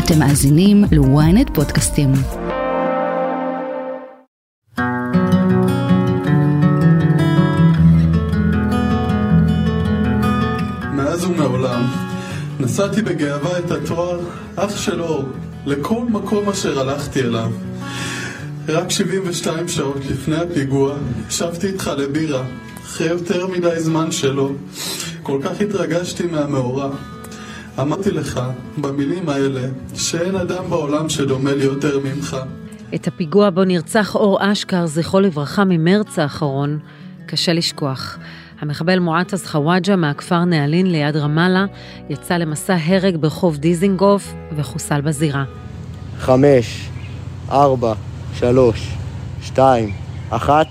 אתם מאזינים ל-ynet פודקאסטים. מאז ומעולם נשאתי בגאווה את התואר אח של אור לכל מקום אשר הלכתי אליו. רק 72 שעות לפני הפיגוע ישבתי איתך לבירה, אחרי יותר מדי זמן שלו. כל כך התרגשתי מהמאורע. אמרתי לך במילים האלה שאין אדם בעולם שדומה לי יותר ממך. את הפיגוע בו נרצח אור אשכר, זכרו לברכה, ממרץ האחרון, קשה לשכוח. המחבל מועתז חוואג'ה מהכפר נעלין ליד רמאללה יצא למסע הרג ברחוב דיזינגוף וחוסל בזירה. 5, 4, 3, 2, 1.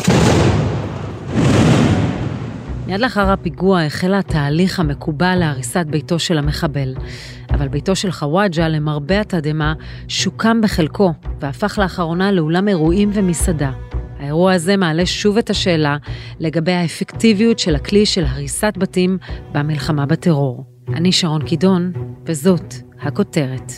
מיד לאחר הפיגוע החל התהליך המקובל להריסת ביתו של המחבל. אבל ביתו של חוואג'ה, למרבה התדהמה, שוקם בחלקו והפך לאחרונה לאולם אירועים ומסעדה. האירוע הזה מעלה שוב את השאלה לגבי האפקטיביות של הכלי של הריסת בתים במלחמה בטרור. אני שרון קידון, וזאת הכותרת.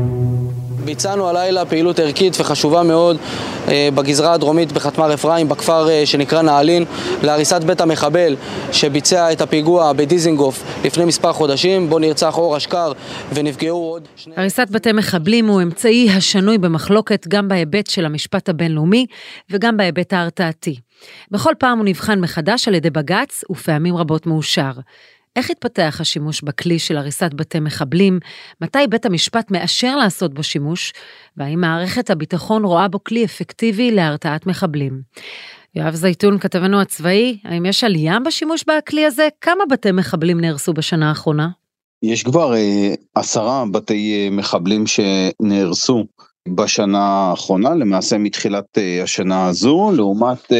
ביצענו הלילה פעילות ערכית וחשובה מאוד בגזרה הדרומית בחטמ"ר אפרים, בכפר שנקרא נעלין, להריסת בית המחבל שביצע את הפיגוע בדיזינגוף לפני מספר חודשים, בו נרצח אור אשכר ונפגעו עוד שני... הריסת בתי מחבלים הוא אמצעי השנוי במחלוקת גם בהיבט של המשפט הבינלאומי וגם בהיבט ההרתעתי. בכל פעם הוא נבחן מחדש על ידי בג"ץ ופעמים רבות מאושר. איך התפתח השימוש בכלי של הריסת בתי מחבלים? מתי בית המשפט מאשר לעשות בו שימוש? והאם מערכת הביטחון רואה בו כלי אפקטיבי להרתעת מחבלים? יואב זייתון, כתבנו הצבאי, האם יש עלייה בשימוש בכלי הזה? כמה בתי מחבלים נהרסו בשנה האחרונה? יש כבר 10 בתי מחבלים שנהרסו בשנה האחרונה, למעשה מתחילת השנה הזו, לעומת...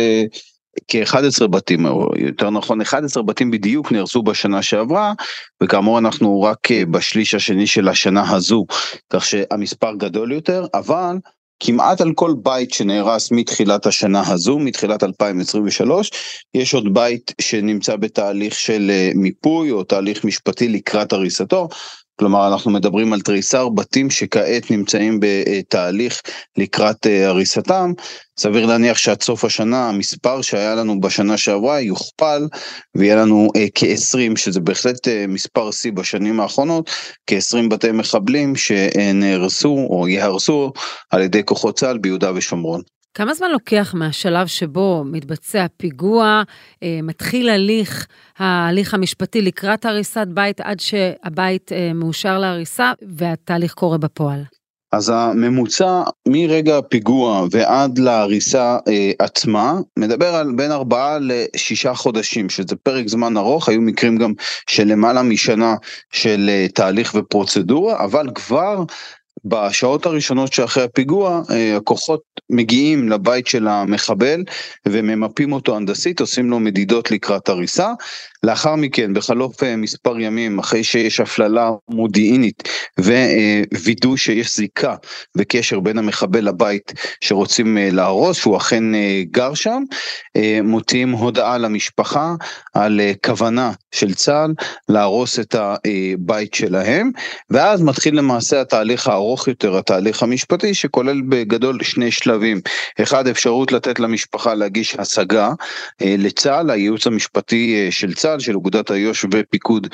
כ-11 בתים, או יותר נכון 11 בתים בדיוק נהרסו בשנה שעברה, וכאמור אנחנו רק בשליש השני של השנה הזו, כך שהמספר גדול יותר, אבל כמעט על כל בית שנהרס מתחילת השנה הזו, מתחילת 2023, יש עוד בית שנמצא בתהליך של מיפוי או תהליך משפטי לקראת הריסתו. כלומר אנחנו מדברים על תריסר בתים שכעת נמצאים בתהליך לקראת הריסתם. סביר להניח שעד סוף השנה המספר שהיה לנו בשנה שעברה יוכפל ויהיה לנו כ-20, שזה בהחלט מספר C בשנים האחרונות, כ-20 בתי מחבלים שנהרסו או יהרסו על ידי כוחות צה"ל ביהודה ושומרון. כמה זמן לוקח מהשלב שבו מתבצע פיגוע, מתחיל ההליך המשפטי לקראת הריסת בית, עד שהבית מאושר להריסה והתהליך קורה בפועל? אז הממוצע מרגע הפיגוע ועד להריסה עצמה, מדבר על בין 4 ל6 חודשים, שזה פרק זמן ארוך. היו מקרים גם של למעלה משנה של תהליך ופרוצדורה, אבל כבר בשעות הראשונות שאחרי הפיגוע, הכוחות מגיעים לבית של המחבל וממפים אותו הנדסית, עושים לו מדידות לקראת הריסה. לאחר מכן, בחלוף מספר ימים, אחרי שיש הפללה מודיעינית ווידוא שיש זיקה וקשר בין המחבל לבית שרוצים להרוס, שהוא אכן גר שם, מוציאים הודעה למשפחה על כוונה של צה"ל להרוס את הבית שלהם, ואז מתחיל למעשה התהליך הארוך יותר, התהליך המשפטי, שכולל בגדול 2 שלבים. אחד, אפשרות לתת למשפחה להגיש השגה לצה"ל, הייעוץ המשפטי של צה"ל, של אוגדת איו"ש ופיקוד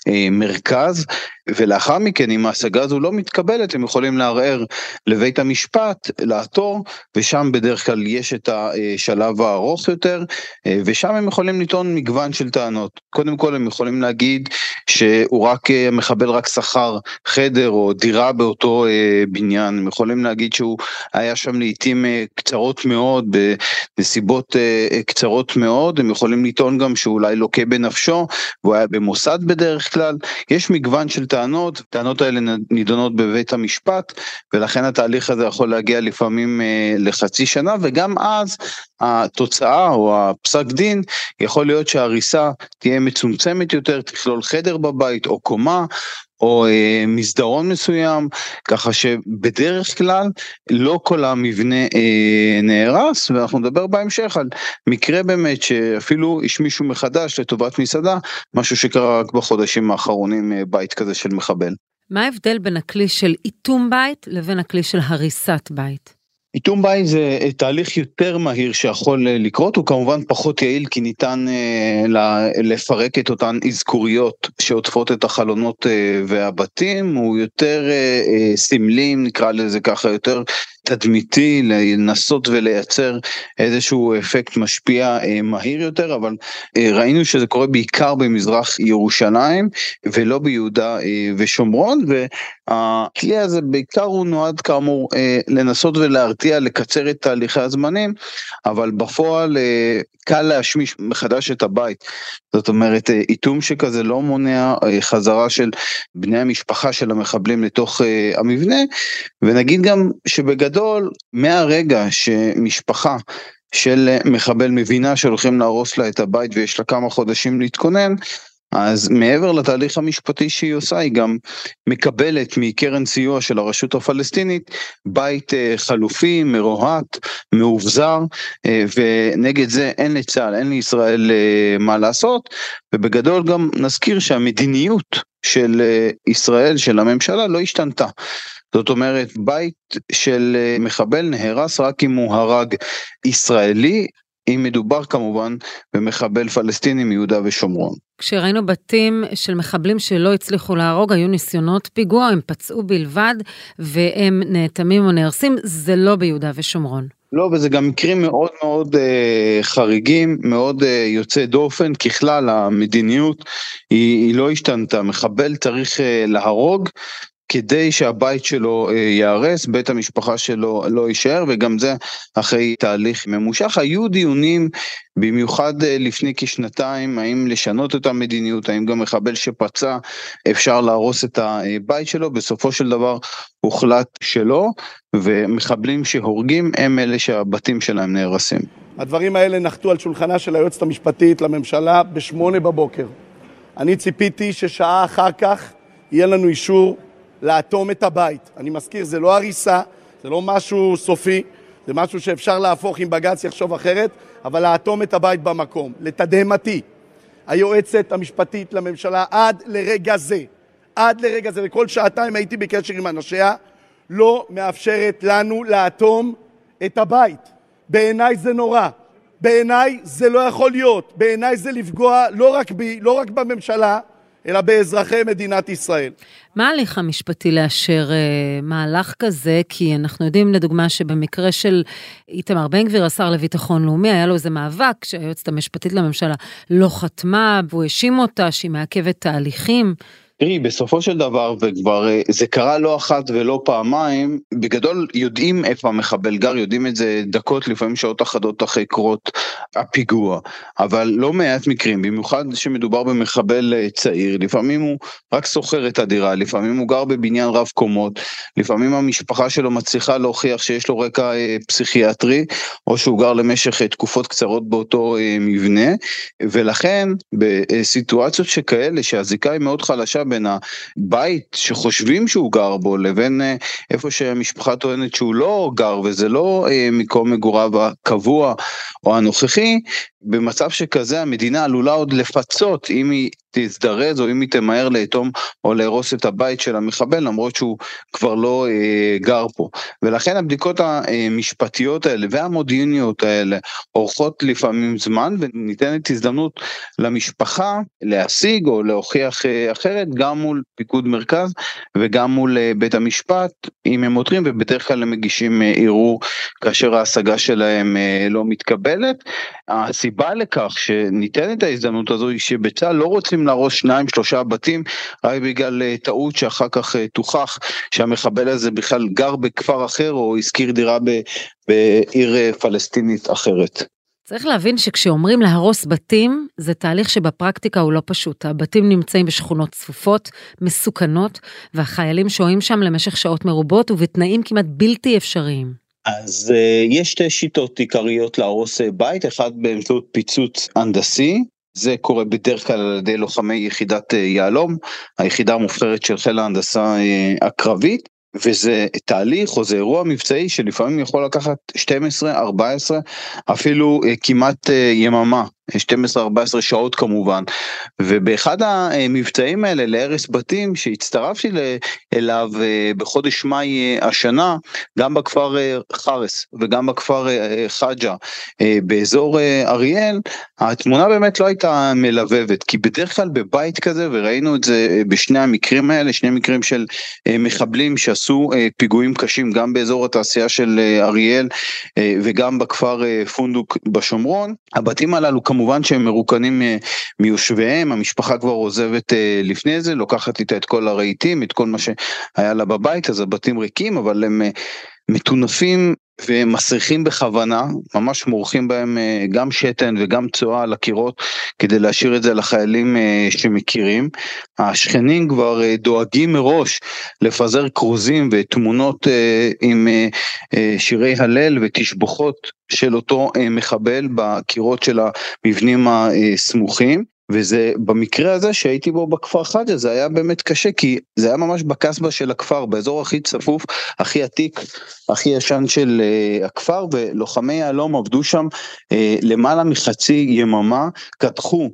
מרכז, ולאחר מכן אם ההשגה הזו לא מתקבלת, הם יכולים לערער לבית המשפט, לעתור, ושם בדרך כלל יש את השלב הארוך יותר, ושם הם יכולים לטעון מגוון של טענות. קודם כל הם יכולים להגיד שהוא המחבל רק שכר חדר או דירה באותו בניין, הם יכולים להגיד שהוא היה שם לעתים קצרות מאוד, בנסיבות קצרות מאוד, הם יכולים לטעון גם שהוא אולי לוקה בנפשו, והוא היה במוסד בדרך כלל. יש מגוון של טענות האלה נידונות בבית המשפט, ולכן התהליך הזה יכול להגיע לפעמים לחצי שנה, וגם אז התוצאה או הפסק דין יכול להיות שההריסה תהיה מצומצמת יותר, תכלול חדר בבית או קומה, או מסדרון מסוים, ככה שבדרך כלל לא כל המבנה נהרס, ואנחנו נדבר בהמשך על מקרה באמת שאפילו השמישו מחדש לטובת מסעדה, משהו שקרה רק בחודשים האחרונים בית כזה של מחבל. מה ההבדל בין הכלי של איתום בית לבין הכלי של הריסת בית? איתום בית זה תהליך יותר מהיר שיכול לקרות, הוא כמובן פחות יעיל כי ניתן לפרק את אותן אזכוריות שעוטפות את החלונות והבתים, הוא יותר סמלי, נקרא לזה ככה, יותר תדמיתי, לנסות ולייצר איזשהו אפקט משפיע מהיר יותר, אבל ראינו שזה קורה בעיקר במזרח ירושלים ולא ביהודה ושומרון, והכלי הזה בעיקר הוא נועד כאמור לנסות ולהרתיע, לקצר את תהליכי הזמנים, אבל בפועל קל להשמיש מחדש את הבית. זאת אומרת, איתום שכזה לא מונע חזרה של בני המשפחה של המחבלים לתוך המבנה, ונגיד גם שבגדול, מהרגע שמשפחה של מחבל מבינה שהולכים להרוס לה את הבית ויש לה כמה חודשים להתכונן, אז מעבר לתהליך המשפטי שהיא עושה, היא גם מקבלת מקרן סיוע של הרשות הפלסטינית, בית חלופי, מרוהט, מאובזר, ונגד זה אין לצה"ל, אין לישראל מה לעשות, ובגדול גם נזכיר שהמדיניות של ישראל, של הממשלה, לא השתנתה. זאת אומרת, בית של מחבל נהרס רק אם הוא הרג ישראלי, אם מדובר כמובן במחבל פלסטיני מיהודה ושומרון. כשראינו בתים של מחבלים שלא הצליחו להרוג, היו ניסיונות פיגוע, הם פצעו בלבד, והם נאטמים או נהרסים, זה לא ביהודה ושומרון. לא, וזה גם מקרים מאוד מאוד חריגים, מאוד יוצא דופן, ככלל המדיניות היא לא השתנתה, מחבל צריך להרוג, כדי שהבית שלו יערס, בית המשפחה שלו לא יישאר, וגם זה אחרי תהליך ממושך. היו דיונים, במיוחד לפני כשנתיים, האם לשנות את המדיניות, האם גם מחבל שפצע אפשר להרוס את הבית שלו, בסופו של דבר הוחלט שלא, ומחבלים שהורגים הם אלה שהבתים שלהם נהרסים. הדברים האלה נחתו על שולחנה של היועצת המשפטית לממשלה ב8 בבוקר. אני ציפיתי ששעה אחר כך יהיה לנו אישור לאטום את הבית. אני מזכיר, זה לא הריסה, זה לא משהו סופי, זה משהו שאפשר להפוך אם בג"ץ יחשוב אחרת, אבל לאטום את הבית במקום. לתדהמתי, היועצת המשפטית לממשלה עד לרגע זה, וכל שעתיים הייתי בקשר עם אנשיה, לא מאפשרת לנו לאטום את הבית. בעיניי זה נורא, בעיניי זה לא יכול להיות, בעיניי זה לפגוע לא רק בממשלה, אלא באזרחי מדינת ישראל. מה ההליך המשפטי לאשר מהלך כזה? כי אנחנו יודעים לדוגמה שבמקרה של איתמר בן גביר, השר לביטחון לאומי, היה לו איזה מאבק שהיועצת המשפטית לממשלה לא חתמה, והוא האשים אותה שהיא מעכבת תהליכים. תראי, בסופו של דבר, וכבר זה קרה לא אחת ולא פעמיים, בגדול יודעים איפה המחבל גר, יודעים את זה דקות, לפעמים שעות אחדות אחרי קרות הפיגוע, אבל לא מעט מקרים, במיוחד שמדובר במחבל צעיר, לפעמים הוא רק סוחר את הדירה, לפעמים הוא גר בבניין רב קומות, לפעמים המשפחה שלו מצליחה להוכיח שיש לו רקע פסיכיאטרי, או שהוא גר למשך תקופות קצרות באותו מבנה, ולכן בסיטואציות שכאלה, שהזיקה היא מאוד חלשה, בין הבית שחושבים שהוא גר בו, לבין איפה שהמשפחה טוענת שהוא לא גר, וזה לא מקום מגוריו הקבוע או הנוכחי, במצב שכזה המדינה עלולה עוד לפצות אם היא תזדרז או אם היא תמהר לאטום או להרוס את הבית של המחבל, למרות שהוא כבר לא גר פה. ולכן הבדיקות המשפטיות האלה והמודיעיניות האלה אורכות לפעמים זמן, וניתנת הזדמנות למשפחה להשיג או להוכיח אחרת, גם מול פיקוד מרכז וגם מול בית המשפט, אם הם עותרים, ובדרך כלל הם מגישים ערעור כאשר ההשגה שלהם לא מתקבלת. הסיבה לכך שניתנת ההזדמנות הזו היא שבצה"ל לא רוצים להרוס 2-3 בתים רק בגלל טעות שאחר כך תוכח שהמחבל הזה בכלל גר בכפר אחר או הזכיר דירה בעיר פלסטינית אחרת. צריך להבין שכשאומרים להרוס בתים, זה תהליך שבפרקטיקה הוא לא פשוט. הבתים נמצאים בשכונות צפופות, מסוכנות, והחיילים שוהים שם למשך שעות מרובות ובתנאים כמעט בלתי אפשריים. אז יש שתי שיטות עיקריות להרוס בית, אחד באמצעות פיצוץ הנדסי, זה קורה בדרך כלל על ידי לוחמי יחידת יעלום, היחידה המובחרת של חיל ההנדסה הקרבית, וזה תהליך או זה אירוע מבצעי שלפעמים יכול לקחת 12, 14, אפילו כמעט יממה 12-14 שעות כמובן, ובאחד המבצעים האלה להרס בתים שהצטרפתי אליו בחודש מאי השנה, גם בכפר חרס וגם בכפר חג'ה באזור אריאל, התמונה באמת לא הייתה מלבבת, כי בדרך כלל בבית כזה, וראינו את זה בשני המקרים האלה, שני מקרים של מחבלים שעשו פיגועים קשים גם באזור התעשייה של אריאל וגם בכפר פונדוק בשומרון. הבתים הללו כמובן שהם מרוקנים מיושביהם, המשפחה כבר עוזבת לפני זה, לוקחת איתה את כל הרהיטים, את כל מה שהיה לה בבית, אז הבתים ריקים, אבל הם מטונפים ומסריחים בכוונה, ממש מורחים בהם גם שתן וגם צואה על הקירות, כדי להשאיר את זה לחיילים שמכירים. השכנים כבר דואגים מראש לפזר קרוזים ותמונות עם שירי הלל ותשבחות של אותו מחבל בקירות של המבנים הסמוכים, וזה במקרה הזה שהייתי בו בכפר חג'ה, זה היה באמת קשה, כי זה היה ממש בקסבה של הכפר, באזור הכי צפוף, הכי עתיק, הכי ישן של הכפר, ולוחמי יהלום עבדו שם למעלה מחצי יממה, קדחו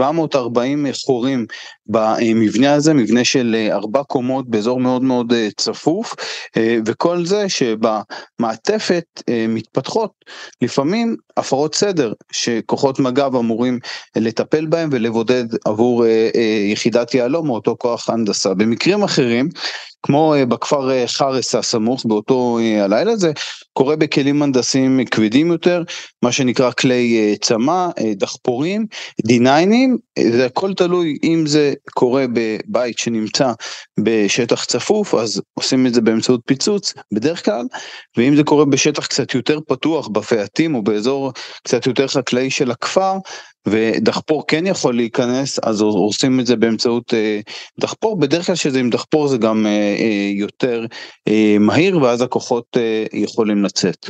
740 חורים במבנה הזה, מבנה של 4 קומות באזור מאוד מאוד צפוף, וכל זה שבמעטפת מתפתחות לפעמים הפרות סדר, שכוחות מג"ב אמורים לטפל בהם ולבודד עבור יחידת יהלום או אותו כוח הנדסה. במקרים אחרים, כמו בכפר חרס הסמוך באותו הלילה, זה קורה בכלים הנדסיים כבדים יותר, מה שנקרא כלי צמא, דחפורים, דיניינים, זה הכל תלוי אם זה קורה בבית שנמצא בשטח צפוף, אז עושים את זה באמצעות פיצוץ בדרך כלל, ואם זה קורה בשטח קצת יותר פתוח, בפאתים או באזור קצת יותר חקלאי של הכפר, ודחפור כן יכול להיכנס, אז עושים את זה באמצעות דחפור, בדרך כלל שזה עם דחפור זה גם יותר מהיר, ואז הכוחות יכולים לצאת.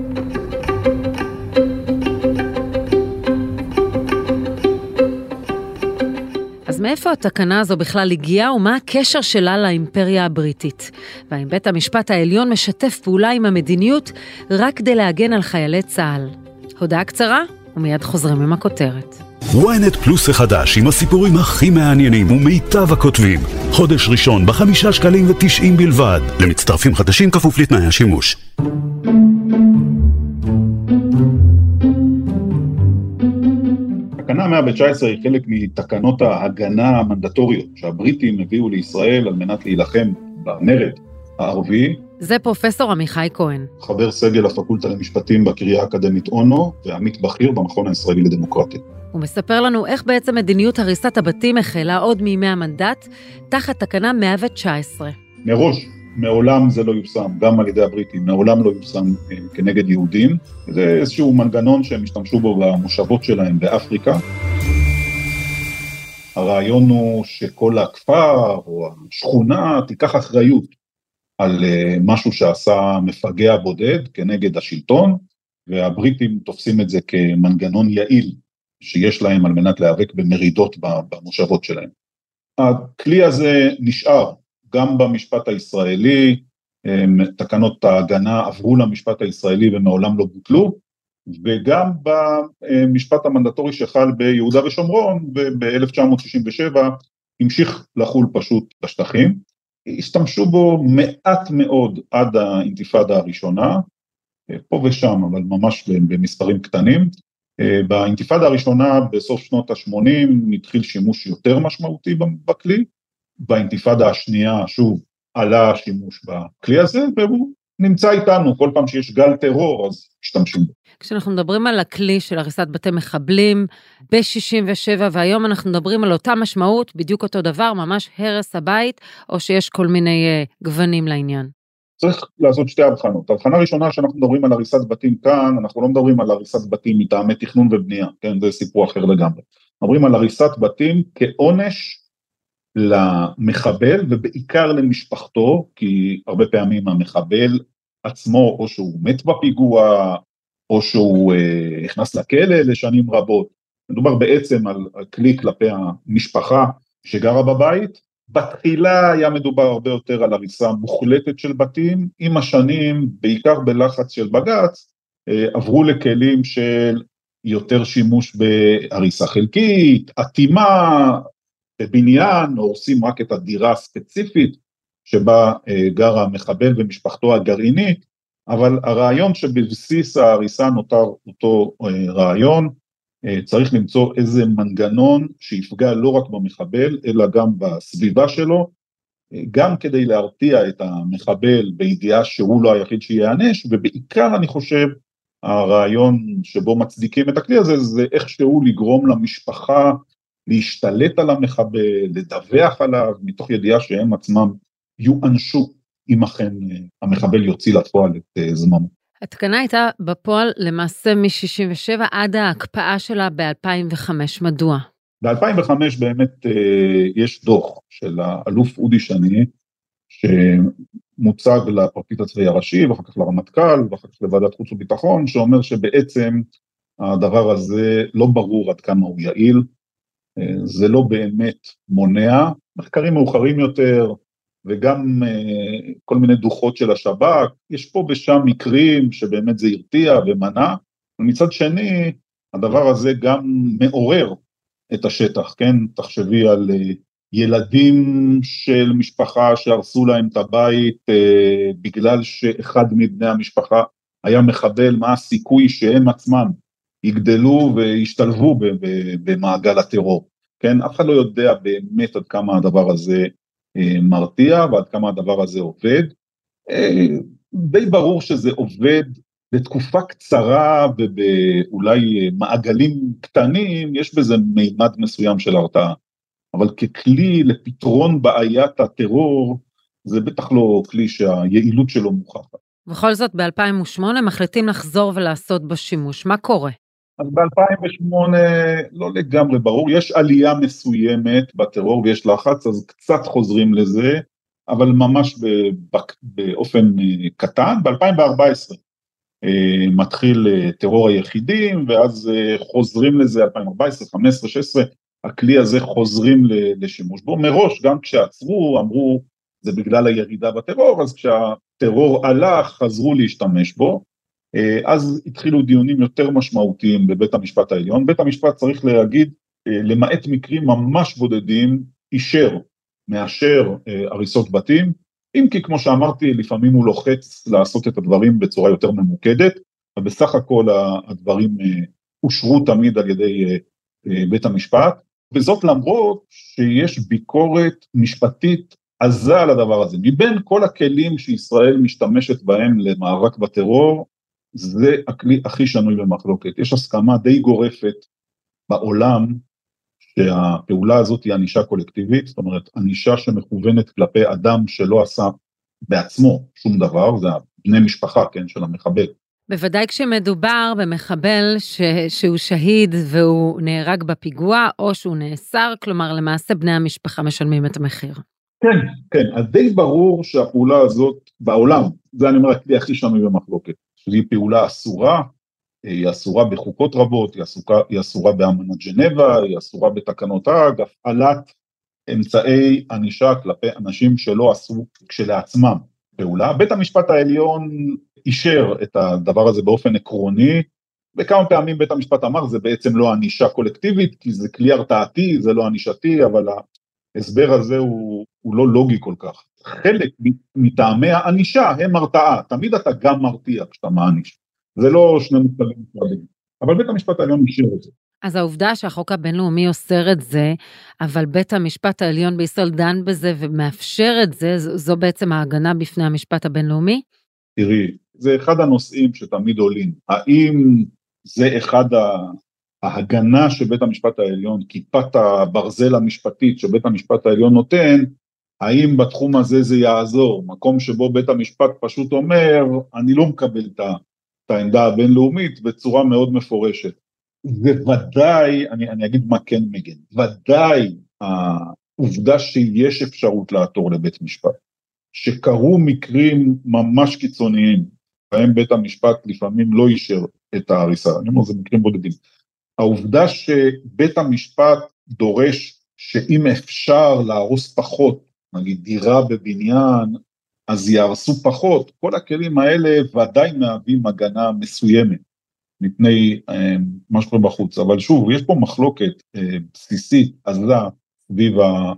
אז מאיפה התקנה הזו בכלל הגיעה, ומה הקשר שלה לאימפריה הבריטית? והאם בית המשפט העליון משתף פעולה עם המדיניות רק כדי להגן על חיילי צה"ל? הודעה קצרה, ומיד חוזרים עם הכותרת. ynet פלוס החדש עם הסיפורים הכי מעניינים ומיטב הכותבים. חודש ראשון ב5.90 שקלים בלבד. למצטרפים חדשים כפוף לתנאי השימוש. תקנה 119 היא חלק מתקנות ההגנה המנדטוריות שהבריטים הביאו לישראל על מנת להילחם במרד הערבי. זה פרופסור עמיחי כהן. חבר סגל הפקולטה למשפטים בקריה האקדמית אונו, ועמית בכיר במכון הישראלי לדמוקרטיה. הוא מספר לנו איך בעצם מדיניות הריסת הבתים החלה עוד מימי המנדט, תחת תקנה 119. מראש, מעולם זה לא יושם, גם על ידי הבריטים, מעולם לא יושם כנגד יהודים. זה איזשהו מנגנון שהם השתמשו בו במושבות שלהם באפריקה. הרעיון הוא שכל הכפר או השכונה תיקח אחריות על משהו שעשה מפגע בודד כנגד השלטון, והבריטים תופסים את זה כמנגנון יעיל שיש להם על מנת להיאבק במרידות במושבות שלהם. הכלי הזה נשאר גם במשפט הישראלי, תקנות ההגנה עברו למשפט הישראלי ומעולם לא בוטלו, וגם במשפט המנדטורי שחל ביהודה ושומרון, ב-1967 המשיך לחול פשוט בשטחים, השתמשו בו מעט מאוד עד האינתיפאדה הראשונה, פה ושם, אבל ממש במספרים קטנים. באינתיפאדה הראשונה, בסוף שנות ה-80, התחיל שימוש יותר משמעותי בכלי, באינתיפאדה השנייה, שוב, עלה השימוש בכלי הזה, והוא נמצא איתנו, כל פעם שיש גל טרור, אז משתמשים בו. כשאנחנו מדברים על הכלי של הריסת בתי מחבלים, ב-67, והיום אנחנו מדברים על אותה משמעות, בדיוק אותו דבר, ממש הרס הבית, או שיש כל מיני גוונים לעניין? צריך לעשות שתי הבחנות. ההבחנה הראשונה שאנחנו מדברים על הריסת בתים כאן, אנחנו לא מדברים על הריסת בתים מטעמי תכנון ובנייה, כן, זה סיפור אחר לגמרי. מדברים על הריסת בתים כעונש למחבל, ובעיקר למשפחתו, כי הרבה פעמים המחבל עצמו, או שהוא מת בפיגוע, או שהוא הכנס לכלא לשנים רבות. מדובר בעצם על כלי כלפי המשפחה שגרה בבית. בתחילה היה מדובר הרבה יותר על הריסה מוחלטת של בתים, עם השנים, בעיקר בלחץ של בג"ץ, עברו לכלים של יותר שימוש בהריסה חלקית, אטימה בבניין, או עושים רק את הדירה הספציפית שבה גר המחבל ומשפחתו הגרעינית, אבל הרעיון שבבסיס ההריסה נותר אותו רעיון, צריך למצוא איזה מנגנון שיפגע לא רק במחבל, אלא גם בסביבה שלו, גם כדי להרתיע את המחבל בידיעה שהוא לא היחיד שיענש, ובעיקר אני חושב, הרעיון שבו מצדיקים את הכלי הזה, זה איכשהו לגרום למשפחה להשתלט על המחבל, לדווח עליו, מתוך ידיעה שהם עצמם יואנשו, אם אכן המחבל יוציא לפועל את זמנו. התקנה הייתה בפועל למעשה מ-67 עד ההקפאה שלה ב-2005, מדוע? ב-2005 באמת יש דוח של האלוף אודי שני, שמוצג לפרקליט הצבאי הראשי, ואחר כך לרמטכ"ל, ואחר כך לוועדת חוץ וביטחון, שאומר שבעצם הדבר הזה לא ברור עד כמה הוא יעיל, זה לא באמת מונע, מחקרים מאוחרים יותר, וגם כל מיני דוחות של השב"כ, יש פה ושם מקרים שבאמת זה הרתיע ומנע, ומצד שני, הדבר הזה גם מעורר את השטח, כן? תחשבי על ילדים של משפחה שהרסו להם את הבית, בגלל שאחד מבני המשפחה היה מחבל, מה הסיכוי שהם עצמם יגדלו וישתלבו במעגל הטרור, כן? אף אחד לא יודע באמת עד כמה הדבר הזה מרתיע, ועד כמה הדבר הזה עובד. די ברור שזה עובד לתקופה קצרה, ובאולי מעגלים קטנים, יש בזה מימד מסוים של הרתעה. אבל ככלי לפתרון בעיית הטרור, זה בטח לא כלי שהיעילות שלו מוכחת. בכל זאת, ב-2008 מחליטים לחזור ולעשות בו שימוש. מה קורה? אז ב-2008 לא לגמרי ברור, יש עלייה מסוימת בטרור ויש לחץ, אז קצת חוזרים לזה, אבל ממש באופן קטן. ב-2014 מתחיל טרור היחידים, ואז חוזרים לזה 2014, 15, 16, הכלי הזה חוזרים לשימוש בו. מראש, גם כשעצרו, אמרו, זה בגלל הירידה בטרור, אז כשהטרור עלה, חזרו להשתמש בו. אז התחילו דיונים יותר משמעותיים בבית המשפט העליון. בית המשפט צריך להגיד, למעט מקרים ממש בודדים, מאשר הריסות בתים, אם כי כמו שאמרתי, לפעמים הוא לוחץ לעשות את הדברים בצורה יותר ממוקדת, ובסך הכל הדברים אושרו תמיד על ידי בית המשפט, וזאת למרות שיש ביקורת משפטית עזה על הדבר הזה. מבין כל הכלים שישראל משתמשת בהם למאבק בטרור, זה הכלי הכי שנוי במחלוקת. יש הסכמה די גורפת בעולם, שהפעולה הזאת היא ענישה קולקטיבית, זאת אומרת, ענישה שמכוונת כלפי אדם שלא עשה בעצמו שום דבר, זה בני משפחה, כן, של המחבל. בוודאי כשמדובר במחבל שהוא שהיד והוא נהרג בפיגוע, או שהוא נאסר, כלומר למעשה בני המשפחה משלמים את המחיר. כן, כן, אז די ברור שהפעולה הזאת בעולם, זה אני אומר, הכלי הכי שנוי במחלוקת, שהיא פעולה אסורה, היא אסורה בחוקות רבות, היא אסורה באמנת ג'נבה, היא אסורה בתקנות האג, הפעלת אמצעי ענישה כלפי אנשים שלא עשו כשלעצמם פעולה. בית המשפט העליון אישר את הדבר הזה באופן עקרוני, וכמה פעמים בית המשפט אמר, זה בעצם לא ענישה קולקטיבית, כי זה כלי הרתעתי, זה לא ענישתי, אבל ההסבר הזה הוא לא לוגי כל כך. חלק מטעמי הענישה הם הרתעה, תמיד אתה גם מרתיע כשאתה מעניש. זה לא שני מושגים נפרדים, אבל בית המשפט העליון אישר את זה. אז העובדה שהחוק הבינלאומי אוסר את זה, אבל בית המשפט העליון בישראל דן בזה ומאפשר את זה, זו בעצם ההגנה בפני המשפט הבינלאומי? תראי, זה אחד הנושאים שתמיד עולים. האם זה אחד ההגנה שבית המשפט העליון, כיפת הברזל המשפטית שבית המשפט העליון נותן, האם בתחום הזה זה יעזור? מקום שבו בית המשפט פשוט אומר, אני לא מקבל את העמדה הבינלאומית בצורה מאוד מפורשת. זה ודאי, אני אגיד מה כן מגן, ודאי העובדה שיש אפשרות לעתור לבית משפט, שקרו מקרים ממש קיצוניים, בהם בית המשפט לפעמים לא אישר את ההריסה, אני אומר, זה מקרים בודדים. העובדה שבית המשפט דורש שאם אפשר להרוס פחות, נגיד דירה בבניין, אז יהרסו פחות, כל הכלים האלה ודאי מהווים הגנה מסוימת. מפני מה שקורה בחוץ. אבל שוב, יש פה מחלוקת בסיסית, עזה, סביב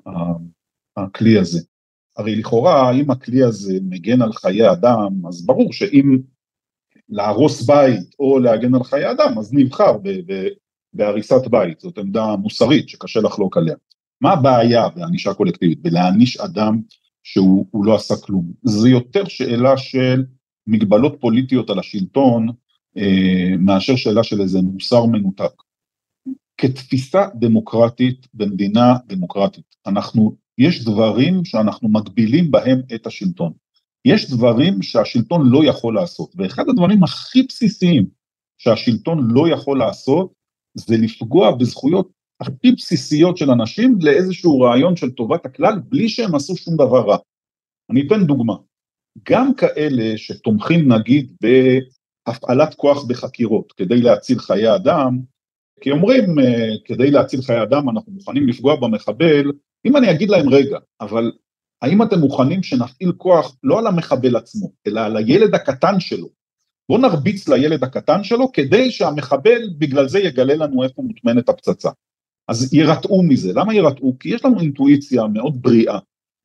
הכלי הזה. הרי לכאורה, אם הכלי הזה מגן על חיי אדם, אז ברור שאם להרוס בית או להגן על חיי אדם, אז נבחר בהריסת בית. זאת עמדה מוסרית שקשה לחלוק עליה. מה הבעיה בענישה קולקטיבית? בלהעניש אדם שהוא לא עשה כלום. זה יותר שאלה של מגבלות פוליטיות על השלטון, מאשר שאלה של איזה מוסר מנותק. כתפיסה דמוקרטית במדינה דמוקרטית, יש דברים שאנחנו מגבילים בהם את השלטון. יש דברים שהשלטון לא יכול לעשות, ואחד הדברים הכי בסיסיים שהשלטון לא יכול לעשות, זה לפגוע בזכויות הכי בסיסיות של אנשים לאיזשהו רעיון של טובת הכלל, בלי שהם עשו שום דבר רע. אני אתן דוגמה. גם כאלה שתומכים נגיד בהפעלת כוח בחקירות, כדי להציל חיי אדם, כי אומרים, כדי להציל חיי אדם אנחנו מוכנים לפגוע במחבל, אם אני אגיד להם רגע, אבל האם אתם מוכנים שנפעיל כוח לא על המחבל עצמו, אלא על הילד הקטן שלו? בוא נרביץ לילד הקטן שלו, כדי שהמחבל בגלל זה יגלה לנו איפה מוטמנת הפצצה. אז ירתעו מזה. למה ירתעו? כי יש לנו אינטואיציה מאוד בריאה,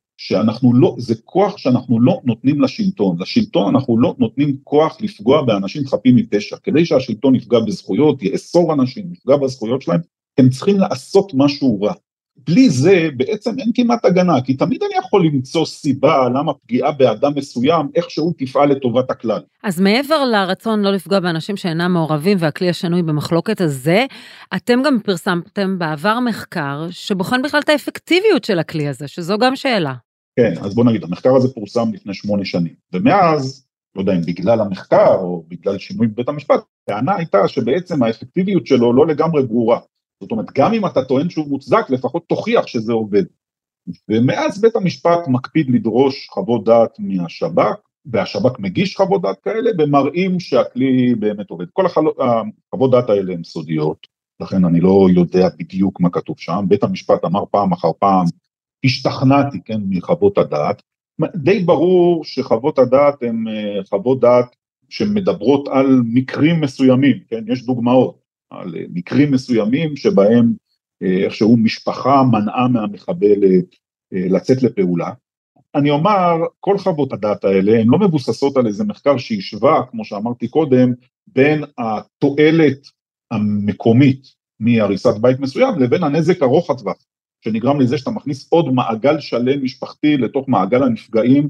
זה כוח שאנחנו לא נותנים לשלטון. לשלטון אנחנו לא נותנים כוח לפגוע באנשים חפים מפשע. כדי שהשלטון יפגע בזכויות, יאסור אנשים, יפגע בזכויות שלהם, הם צריכים לעשות משהו רע. בלי זה בעצם אין כמעט הגנה, כי תמיד אני יכול למצוא סיבה למה פגיעה באדם מסוים, איכשהו תפעל לטובת הכלל. אז מעבר לרצון לא לפגוע באנשים שאינם מעורבים, והכלי השנוי במחלוקת הזה, אתם גם פרסמתם בעבר מחקר, שבוחן בכלל את האפקטיביות של הכלי הזה, שזו גם שאלה. כן, אז בוא נגיד, המחקר הזה פורסם לפני 8 שנים, ומאז, לא יודע אם בגלל המחקר, או בגלל שינוי בבית המשפט, הטענה הייתה שבעצם האפקטיביות שלו לא לגמרי ברורה. זאת אומרת, גם אם אתה טוען שהוא מוצדק, לפחות תוכיח שזה עובד. ומאז בית המשפט מקפיד לדרוש חוות דעת מהשב"כ, והשב"כ מגיש חוות דעת כאלה, ומראים שהכלי באמת עובד. כל החוות דעת האלה הן סודיות, לכן אני לא יודע בדיוק מה כתוב שם. בית המשפט אמר פעם אחר פעם, השתכנעתי, כן, מחוות הדעת. די ברור שחוות הדעת הן חוות דעת שמדברות על מקרים מסוימים, כן, יש דוגמאות. על מקרים מסוימים שבהם איכשהו משפחה מנעה מהמחבל לצאת לפעולה. אני אומר, כל חוות הדעת האלה הן לא מבוססות על איזה מחקר שישווה, כמו שאמרתי קודם, בין התועלת המקומית מהריסת בית מסוים, לבין הנזק ארוך הטווח, שנגרם לזה שאתה מכניס עוד מעגל שלם משפחתי לתוך מעגל הנפגעים,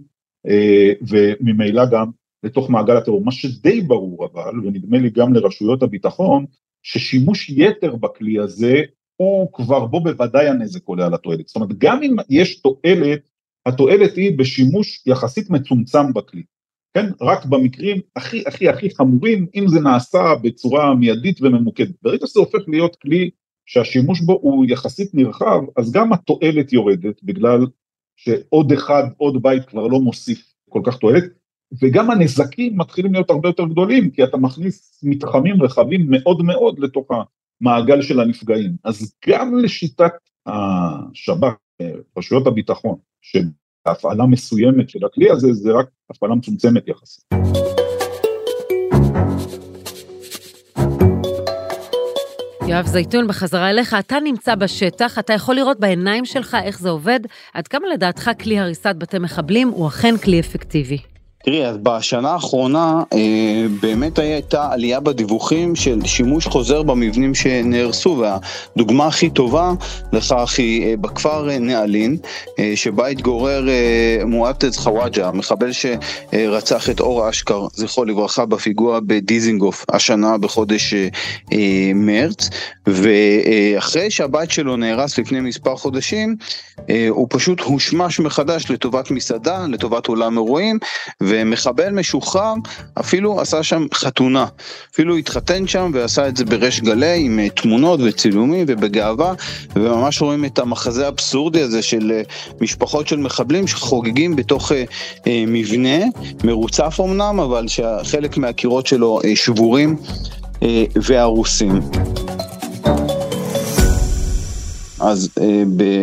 וממילא גם לתוך מעגל הטרור. מה שדי ברור אבל, ונדמה לי גם לרשויות הביטחון, ששימוש יתר בכלי הזה, הוא כבר בו בוודאי הנזק עולה על התועלת. זאת אומרת, גם אם יש תועלת, התועלת היא בשימוש יחסית מצומצם בכלי. כן? רק במקרים הכי חמורים, אם זה נעשה בצורה מיידית וממוקדת. ברגע שזה הופך להיות כלי שהשימוש בו הוא יחסית נרחב, אז גם התועלת יורדת, בגלל עוד בית כבר לא מוסיף כל כך תועלת, וגם הנזקים מתחילים להיות הרבה יותר גדולים, כי אתה מכניס מתחמים רחבים מאוד מאוד לתוך המעגל של הנפגעים. אז גם לשיטת השב"כ, רשויות הביטחון, שהפעלה מסוימת של הכלי הזה, זה רק הפעלה מצומצמת יחסית. יואב זייתון, בחזרה אליך, אתה נמצא בשטח, אתה יכול לראות בעיניים שלך איך זה עובד, עד כמה לדעתך כלי הריסת בתי מחבלים הוא אכן כלי אפקטיבי? תראי, אז בשנה האחרונה באמת הייתה עלייה בדיווחים של שימוש חוזר במבנים שנהרסו, והדוגמה הכי טובה לכך היא בכפר נעלין, שבה התגורר מועתז חוואג'ה, המחבל שרצח את אור אשכר, זכרו לברכה, בפיגוע בדיזינגוף השנה בחודש מרץ, ואחרי שהבית שלו נהרס לפני מספר חודשים, הוא פשוט הושמש מחדש לטובת מסעדה, לטובת עולם אירועים, ומחבל משוחרר אפילו עשה שם חתונה, אפילו התחתן שם ועשה את זה בריש גלי עם תמונות וצילומים ובגאווה, וממש רואים את המחזה האבסורדי הזה של משפחות של מחבלים שחוגגים בתוך מבנה מרוצף אמנם, אבל שחלק מהקירות שלו שבורים והרוסים. אז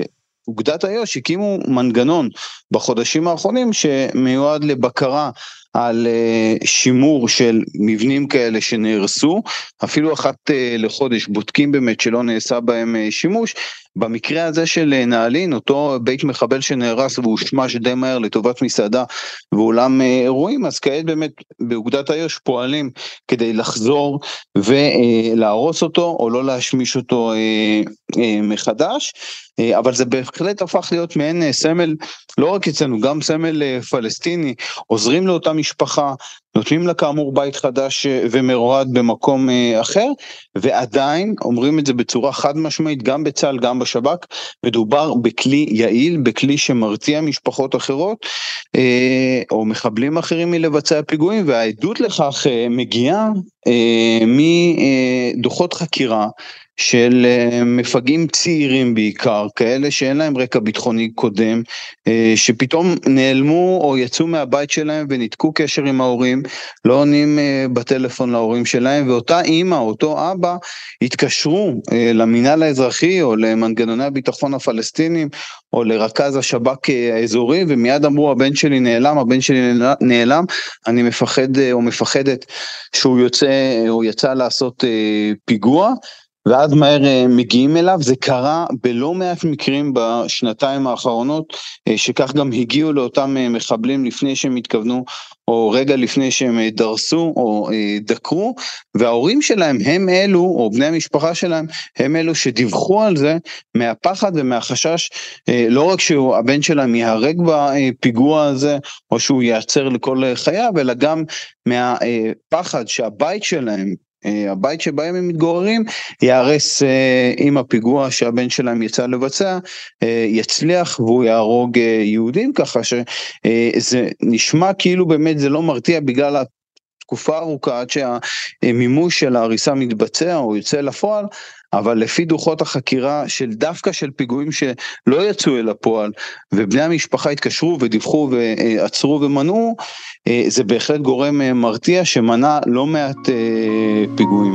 אוגדת איו"ש הקימו מנגנון בחודשים האחרונים שמיועד לבקרה על שימור של מבנים כאלה שנהרסו, אפילו אחת לחודש בודקים באמת שלא נעשה בהם שימוש. במקרה הזה של נעלין, אותו בית מחבל שנהרס והוא שמש די מהר לטובת מסעדה ואולם אירועים, אז כעת באמת באוגדת איו"ש פועלים כדי לחזור ולהרוס אותו או לא להשמיש אותו מחדש, אבל זה בהחלט הפך להיות מעין סמל, לא רק אצלנו, גם סמל פלסטיני, עוזרים לאותה משפחה, נותנים לה כאמור בית חדש ומרועד במקום אחר, ועדיין אומרים את זה בצורה חד משמעית, גם בצה"ל, גם בשב"כ, מדובר בכלי יעיל, בכלי שמרתיע משפחות אחרות, או מחבלים אחרים מלבצע פיגועים, והעדות לכך מגיעה מדוחות חקירה, של מפגעים צעירים בעיקר, כאלה שאין להם רקע ביטחוני קודם, שפתאום נעלמו או יצאו מהבית שלהם וניתקו קשר עם ההורים, לא עונים בטלפון להורים שלהם, ואותה אמא, אותו אבא, התקשרו למינהל האזרחי או למנגנוני הביטחון הפלסטינים, או לרכז השב"כ האזורי, ומיד אמרו, הבן שלי נעלם, אני מפחד או מפחדת שהוא יצא לעשות פיגוע, ועד מהר מגיעים אליו. זה קרה בלא מעט מקרים בשנתיים האחרונות, שכך גם הגיעו לאותם מחבלים לפני שהם התכוונו, או רגע לפני שהם דרסו או דקרו, וההורים שלהם הם אלו, או בני המשפחה שלהם, הם אלו שדיווחו על זה מהפחד ומהחשש, לא רק שהבן שלהם יהרג בפיגוע הזה, או שהוא ייעצר לכל חייו, אלא גם מהפחד שהבית שלהם, הבית שבהם הם מתגוררים, יהרס עם הפיגוע שהבן שלהם יצא לבצע, יצליח והוא יהרוג יהודים, ככה שזה נשמע כאילו באמת זה לא מרתיע בגלל התקופה ארוכה עד שהמימוש של ההריסה מתבצע או יוצא לפועל, אבל לפי דוחות החקירה של דווקא של פיגועים שלא יצאו אל הפועל, ובני המשפחה התקשרו ודיווחו ועצרו ומנעו, זה בהחלט גורם מרתיע שמנע לא מעט פיגועים.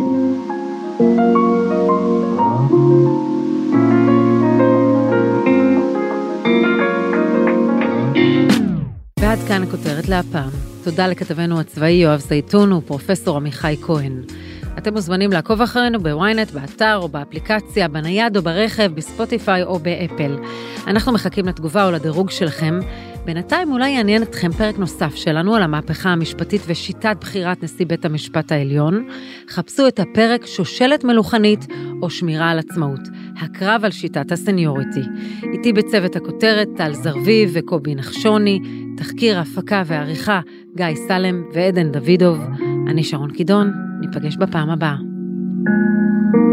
ועד כאן הכותרת להפעם. תודה לכתבנו הצבאי יואב זייתון ופרופסור עמיחי כהן. אתם מוזמנים לעקוב אחרינו בוויינט, באתר או באפליקציה, בנייד או ברכב, בספוטיפיי או באפל. אנחנו מחכים לתגובה או לדירוג שלכם. בינתיים אולי יעניין אתכם פרק נוסף שלנו על המהפכה המשפטית ושיטת בחירת נשיא בית המשפט העליון. חפשו את הפרק שושלת מלוכנית או שמירה על עצמאות. הקרב על שיטת הסניוריטי. איתי בצוות הכותרת טל זרביב וקובי נחשוני, תחקיר, הפקה ועריכה גיא סלם ועדן דוידוב. אני שרון קידון, ניפגש בפעם הבאה.